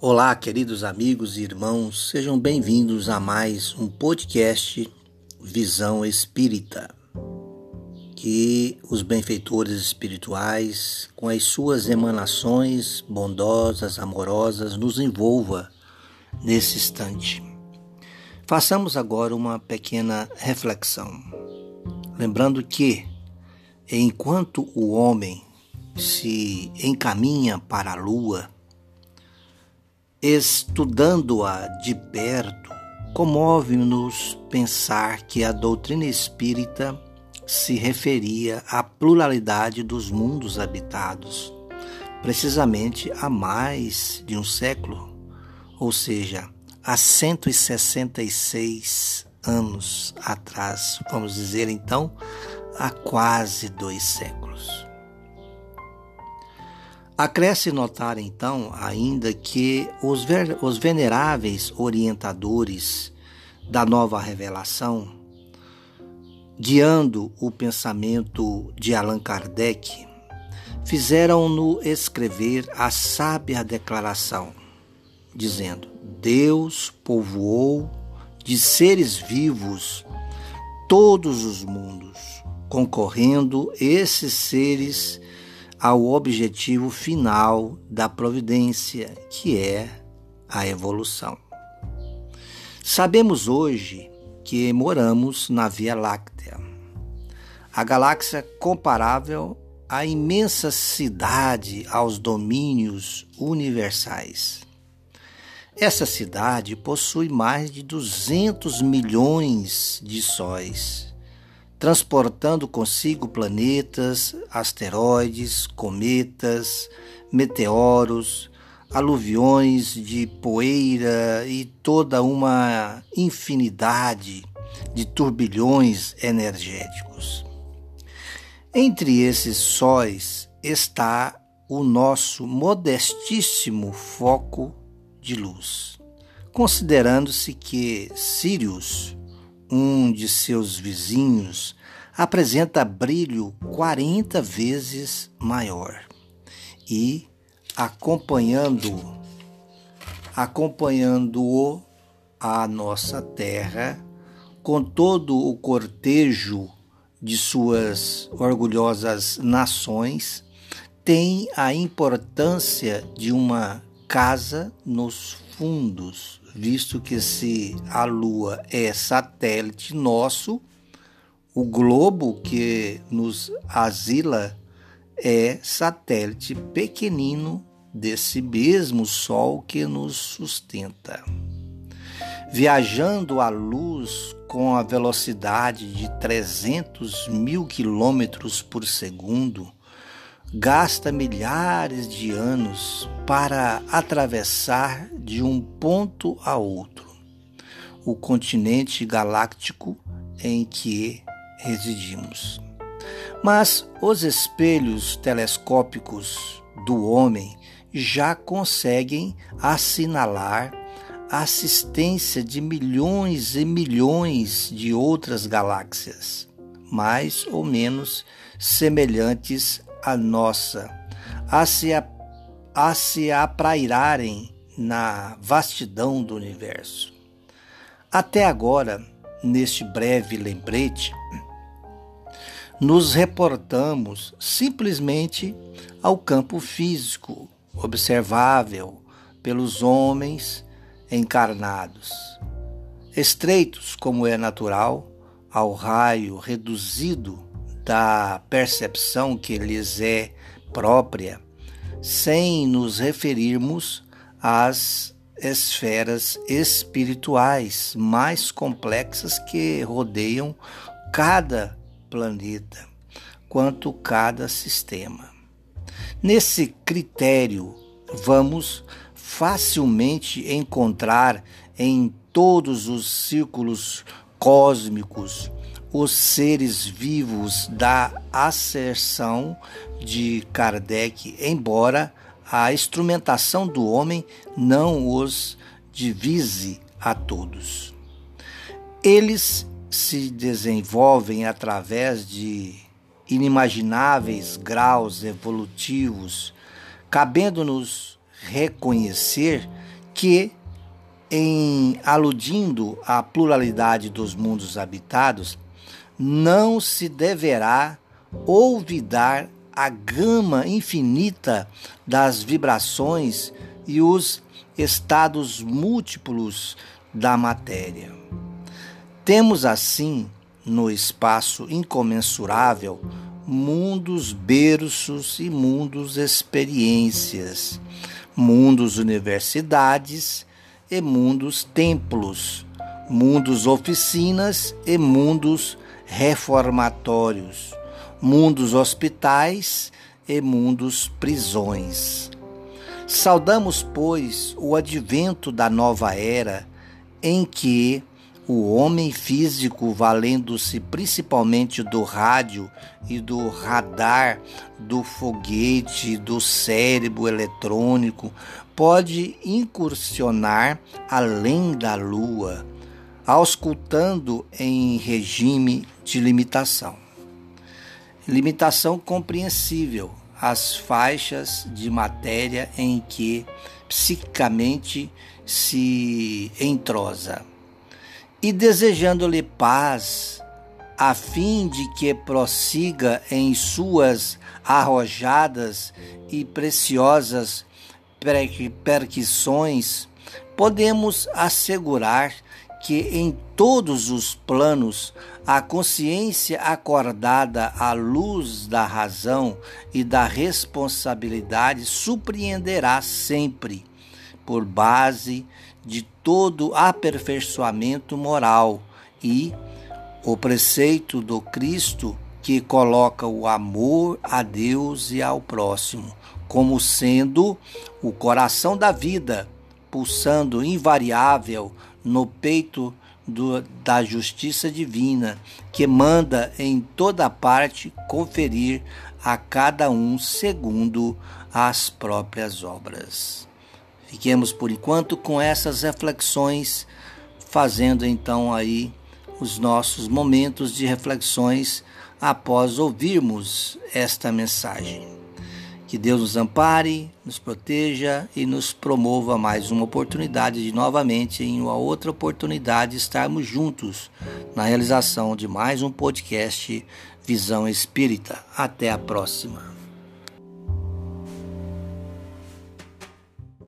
Olá, queridos amigos e irmãos, sejam bem-vindos a mais um podcast Visão Espírita, que os benfeitores espirituais, com as suas emanações bondosas, amorosas, nos envolva nesse instante. Façamos agora uma pequena reflexão, lembrando que, enquanto o homem se encaminha para a Lua, estudando-a de perto, comove-nos pensar que a doutrina espírita se referia à pluralidade dos mundos habitados, precisamente há mais de um século, ou seja, há 166 anos atrás, vamos dizer então, há quase 2 séculos. Acresce notar, então, ainda que os veneráveis orientadores da nova revelação, guiando o pensamento de Allan Kardec, fizeram-no escrever a sábia declaração, dizendo: Deus povoou de seres vivos todos os mundos, concorrendo esses seres ao objetivo final da providência, que é a evolução. Sabemos hoje que moramos na Via Láctea, a galáxia comparável à imensidade aos domínios universais. Essa cidade possui mais de 200 milhões de sóis, transportando consigo planetas, asteroides, cometas, meteoros, aluviões de poeira e toda uma infinidade de turbilhões energéticos. Entre esses sóis está o nosso modestíssimo foco de luz, considerando-se que Sírius, um de seus vizinhos, apresenta brilho 40 vezes maior e, acompanhando-o a nossa Terra, com todo o cortejo de suas orgulhosas nações, tem a importância de uma casa nos fundos, visto que se a Lua é satélite nosso, o globo que nos asila é satélite pequenino desse mesmo Sol que nos sustenta. Viajando a luz com a velocidade de 300 mil quilômetros por segundo, gasta milhares de anos para atravessar de um ponto a outro o continente galáctico em que residimos. Mas os espelhos telescópicos do homem já conseguem assinalar a assistência de milhões e milhões de outras galáxias, mais ou menos semelhantes à nossa, a se aprairarem na vastidão do universo. Até agora, neste breve lembrete, nos reportamos simplesmente ao campo físico, observável pelos homens encarnados, estreitos como é natural, ao raio reduzido da percepção que lhes é própria, sem nos referirmos às esferas espirituais mais complexas que rodeiam cada planeta, quanto cada sistema. Nesse critério, vamos facilmente encontrar em todos os círculos cósmicos os seres vivos da asserção de Kardec, embora a instrumentação do homem não os divise a todos. Eles se desenvolvem através de inimagináveis graus evolutivos, cabendo-nos reconhecer que, em aludindo à pluralidade dos mundos habitados, não se deverá olvidar a gama infinita das vibrações e os estados múltiplos da matéria. Temos assim, no espaço incomensurável, mundos berços e mundos experiências, mundos universidades e mundos templos, mundos oficinas e mundos reformatórios, mundos hospitais e mundos prisões. Saudamos, pois, o advento da nova era em que o homem físico, valendo-se principalmente do rádio e do radar, do foguete, do cérebro eletrônico, pode incursionar além da Lua, auscultando em regime de limitação. Limitação compreensível às faixas de matéria em que psiquicamente se entrosa. E desejando-lhe paz, a fim de que prossiga em suas arrojadas e preciosas perquisições, podemos assegurar que em todos os planos a consciência acordada à luz da razão e da responsabilidade surpreenderá sempre, por base de todo aperfeiçoamento moral, e o preceito do Cristo que coloca o amor a Deus e ao próximo como sendo o coração da vida, pulsando invariável no peito da justiça divina, que manda em toda parte conferir a cada um segundo as próprias obras. Fiquemos por enquanto com essas reflexões, fazendo então aí os nossos momentos de reflexões após ouvirmos esta mensagem. Que Deus nos ampare, nos proteja e nos promova mais uma oportunidade de novamente, em uma outra oportunidade, estarmos juntos na realização de mais um podcast Visão Espírita. Até a próxima.